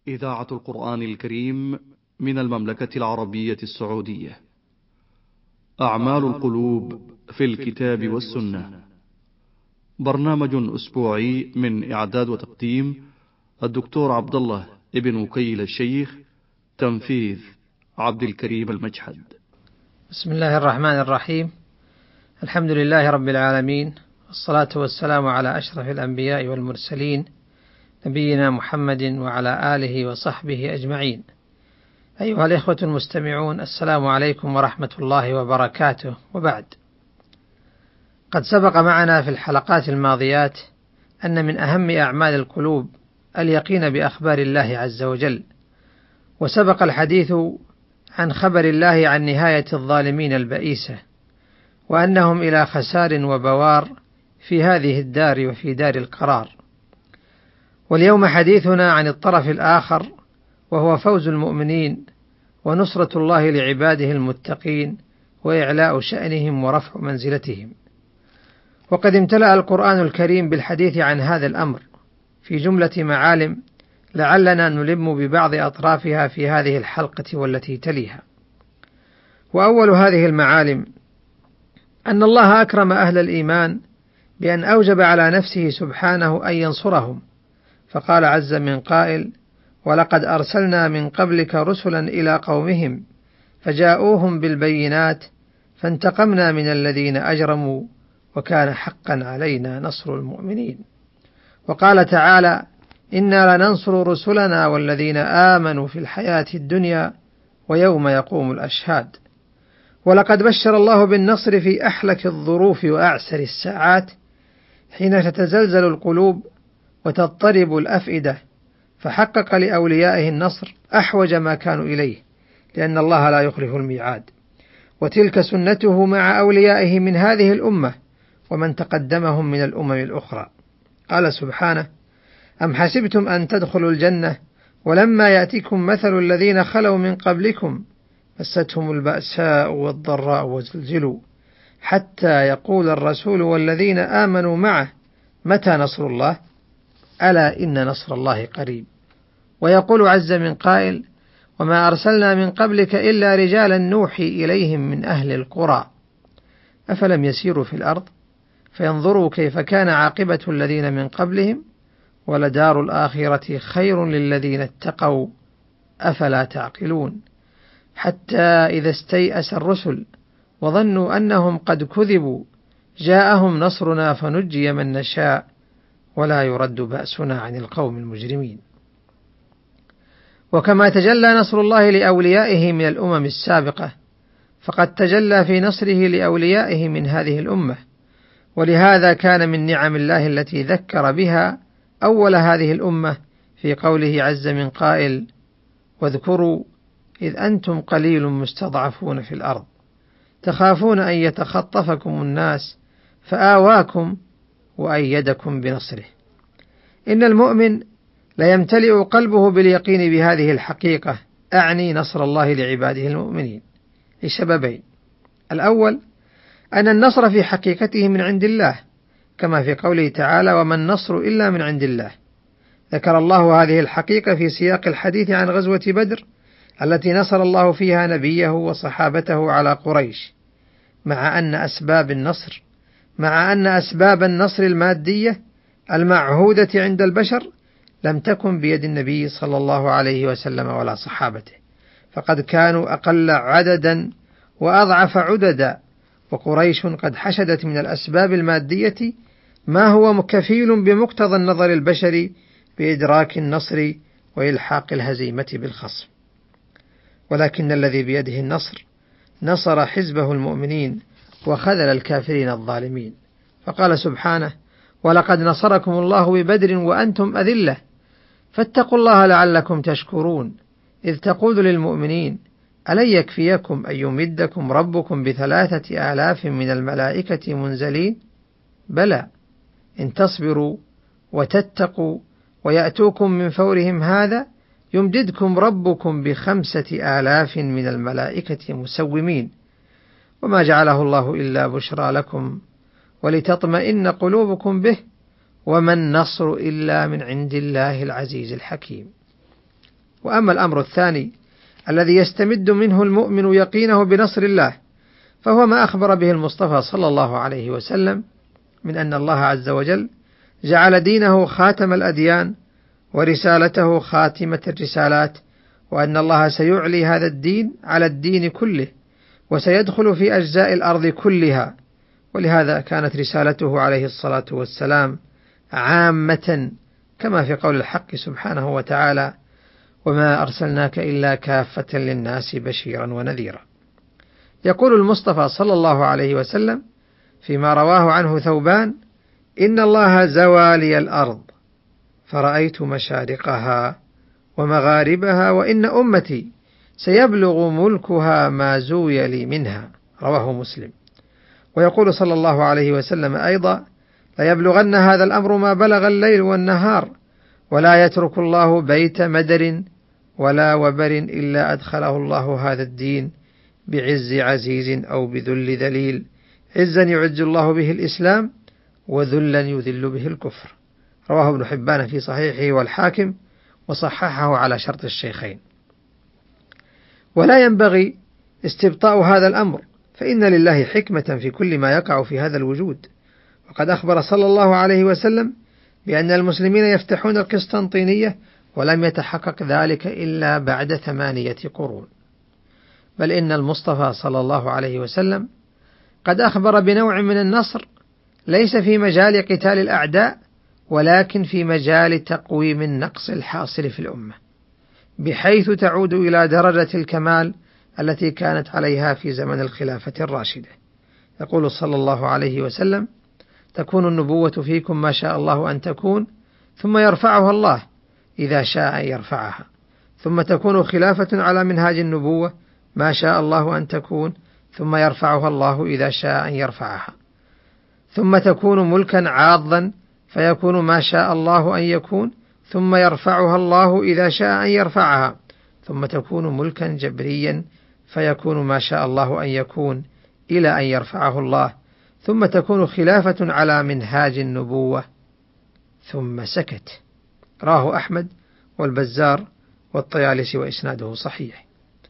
إذاعة القرآن الكريم من المملكة العربية السعودية. أعمال القلوب في الكتاب والسنة، برنامج أسبوعي من إعداد وتقديم الدكتور عبد الله ابن وكيل الشيخ، تنفيذ عبد الكريم المجحد. بسم الله الرحمن الرحيم. الحمد لله رب العالمين، والصلاة والسلام على أشرف الأنبياء والمرسلين، نبينا محمد وعلى آله وصحبه أجمعين. أيها الإخوة المستمعون، السلام عليكم ورحمة الله وبركاته. وبعد، قد سبق معنا في الحلقات الماضيات أن من أهم أعمال القلوب اليقين بأخبار الله عز وجل، وسبق الحديث عن خبر الله عن نهاية الظالمين البئيسة، وأنهم إلى خسار وبوار في هذه الدار وفي دار القرار. واليوم حديثنا عن الطرف الآخر، وهو فوز المؤمنين ونصرة الله لعباده المتقين وإعلاء شأنهم ورفع منزلتهم. وقد امتلأ القرآن الكريم بالحديث عن هذا الأمر في جملة معالم لعلنا نلم ببعض أطرافها في هذه الحلقة والتي تليها. وأول هذه المعالم أن الله أكرم أهل الإيمان بأن أوجب على نفسه سبحانه أن ينصرهم، فقال عز من قائل: ولقد أرسلنا من قبلك رسلا إلى قومهم فجاءوهم بالبينات فانتقمنا من الذين أجرموا وكان حقا علينا نصر المؤمنين. وقال تعالى: إنا لننصر رسلنا والذين آمنوا في الحياة الدنيا ويوم يقوم الأشهاد. ولقد بشر الله بالنصر في أحلك الظروف وأعسر الساعات، حين تتزلزل القلوب وتضطرب الأفئدة، فحقق لأوليائه النصر أحوج ما كانوا إليه، لأن الله لا يخلف الميعاد، وتلك سنته مع أوليائه من هذه الأمة ومن تقدمهم من الأمم الأخرى. قال سبحانه: أم حسبتم أن تدخلوا الجنة ولما يأتكم مثل الذين خلوا من قبلكم مستهم البأساء والضراء وزلزلوا حتى يقول الرسول والذين آمنوا معه متى نصر الله؟ ألا إن نصر الله قريب. ويقول عز من قائل: وما أرسلنا من قبلك إلا رجالا نوحي إليهم من أهل القرى أفلم يسيروا في الأرض فينظروا كيف كان عاقبة الذين من قبلهم ولدار الآخرة خير للذين اتقوا أفلا تعقلون. حتى إذا استيأس الرسل وظنوا أنهم قد كذبوا جاءهم نصرنا فنجي من نشاء ولا يرد بأسنا عن القوم المجرمين. وكما تجلى نصر الله لأوليائه من الأمم السابقة، فقد تجلى في نصره لأوليائه من هذه الأمة، ولهذا كان من نعم الله التي ذكر بها أول هذه الأمة في قوله عز من قائل: واذكروا إذ أنتم قليل مستضعفون في الأرض تخافون أن يتخطفكم الناس فآواكم وأيدكم بنصره. إن المؤمن ليمتلئ قلبه باليقين بهذه الحقيقة، أعني نصر الله لعباده المؤمنين، لسببين: الأول أن النصر في حقيقته من عند الله، كما في قوله تعالى: وما النصر إلا من عند الله. ذكر الله هذه الحقيقة في سياق الحديث عن غزوة بدر التي نصر الله فيها نبيه وصحابته على قريش، مع أن أسباب النصر المادية المعهودة عند البشر لم تكن بيد النبي صلى الله عليه وسلم ولا صحابته، فقد كانوا أقل عددا وأضعف عددا، وقريش قد حشدت من الأسباب المادية ما هو كفيل بمقتضى النظر البشري بإدراك النصر وإلحاق الهزيمة بالخصم. ولكن الذي بيده النصر نصر حزبه المؤمنين وخذل الكافرين الظالمين، فقال سبحانه: ولقد نصركم الله ببدر وأنتم أذلة فاتقوا الله لعلكم تشكرون إذ تقول للمؤمنين ألن يكفيكم أن يمدكم ربكم ب3,000 من الملائكة منزلين بلى إن تصبروا وتتقوا ويأتوكم من فورهم هذا يمددكم ربكم ب5,000 من الملائكة مسومين وما جعله الله إلا بشرى لكم ولتطمئن قلوبكم به وما النصر إلا من عند الله العزيز الحكيم. وأما الأمر الثاني الذي يستمد منه المؤمن يقينه بنصر الله، فهو ما أخبر به المصطفى صلى الله عليه وسلم من أن الله عز وجل جعل دينه خاتم الأديان ورسالته خاتمة الرسالات، وأن الله سيعلي هذا الدين على الدين كله وسيدخل في أجزاء الأرض كلها. ولهذا كانت رسالته عليه الصلاة والسلام عامة، كما في قول الحق سبحانه وتعالى: وما أرسلناك إلا كافة للناس بشيرا ونذيرا. يقول المصطفى صلى الله عليه وسلم فيما رواه عنه ثوبان: إن الله زوى لي الأرض فرأيت مشارقها ومغاربها، وإن أمتي سيبلغ ملكها ما زوي لي منها، رواه مسلم. ويقول صلى الله عليه وسلم أيضا: ليبلغن هذا الأمر ما بلغ الليل والنهار، ولا يترك الله بيت مدر ولا وبر إلا أدخله الله هذا الدين بعز عزيز أو بذل ذليل، عزا يعز الله به الإسلام وذلا يذل به الكفر، رواه ابن حبان في صحيحه والحاكم وصححه على شرط الشيخين. ولا ينبغي استبطاء هذا الأمر، فإن لله حكمة في كل ما يقع في هذا الوجود. وقد أخبر صلى الله عليه وسلم بأن المسلمين يفتحون القسطنطينية ولم يتحقق ذلك إلا بعد 8 قرون، بل إن المصطفى صلى الله عليه وسلم قد أخبر بنوع من النصر ليس في مجال قتال الأعداء، ولكن في مجال تقويم النقص الحاصل في الأمة، بحيث تعود إلى درجة الكمال التي كانت عليها في زمن الخلافة الراشدة. يقول صلى الله عليه وسلم: تكون النبوة فيكم ما شاء الله أن تكون، ثم يرفعها الله إذا شاء أن يرفعها، ثم تكون خلافة على منهاج النبوة ما شاء الله أن تكون، ثم يرفعها الله إذا شاء أن يرفعها، ثم تكون ملكا عاضا فيكون ما شاء الله أن يكون، ثم يرفعها الله إذا شاء أن يرفعها، ثم تكون ملكا جبريا فيكون ما شاء الله أن يكون إلى أن يرفعه الله، ثم تكون خلافة على منهاج النبوة. ثم سكت. راه أحمد والبزار والطيالسي وإسناده صحيح.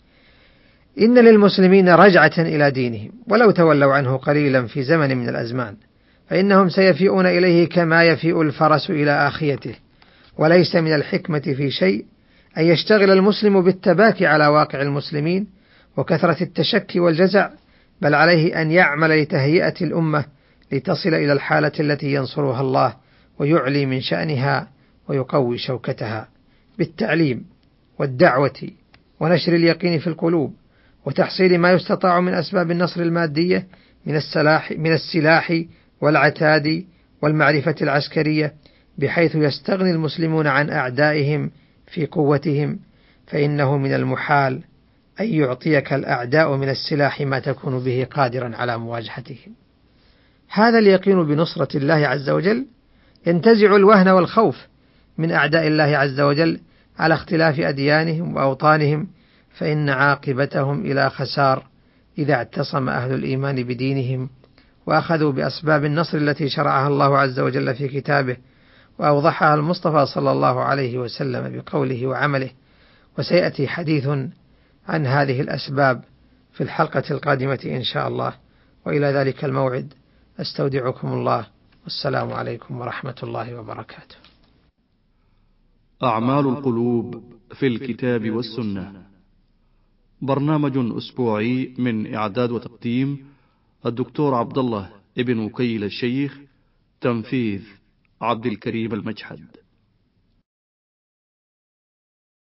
إن للمسلمين رجعة إلى دينهم، ولو تولوا عنه قليلا في زمن من الأزمان فإنهم سيفيئون إليه كما يفيء الفرس إلى آخيته. وليس من الحكمة في شيء أن يشتغل المسلم بالتباكي على واقع المسلمين وكثرة التشكي والجزع، بل عليه أن يعمل لتهيئة الأمة لتصل إلى الحالة التي ينصرها الله ويعلي من شأنها ويقوي شوكتها، بالتعليم والدعوة ونشر اليقين في القلوب، وتحصيل ما يستطاع من أسباب النصر المادية من السلاح والعتاد والمعرفة العسكرية، بحيث يستغني المسلمون عن أعدائهم في قوتهم، فإنه من المحال أن يعطيك الأعداء من السلاح ما تكون به قادرا على مواجهتهم. هذا اليقين بنصرة الله عز وجل ينتزع الوهن والخوف من أعداء الله عز وجل على اختلاف أديانهم وأوطانهم، فإن عاقبتهم إلى خسار إذا اعتصم أهل الإيمان بدينهم وأخذوا بأسباب النصر التي شرعها الله عز وجل في كتابه وأوضحها المصطفى صلى الله عليه وسلم بقوله وعمله. وسيأتي حديث عن هذه الأسباب في الحلقة القادمة إن شاء الله، وإلى ذلك الموعد أستودعكم الله، والسلام عليكم ورحمة الله وبركاته. أعمال القلوب في الكتاب والسنة، برنامج أسبوعي من إعداد وتقديم الدكتور عبد الله ابن وكيل الشيخ، تنفيذ عبد الكريم المجحد.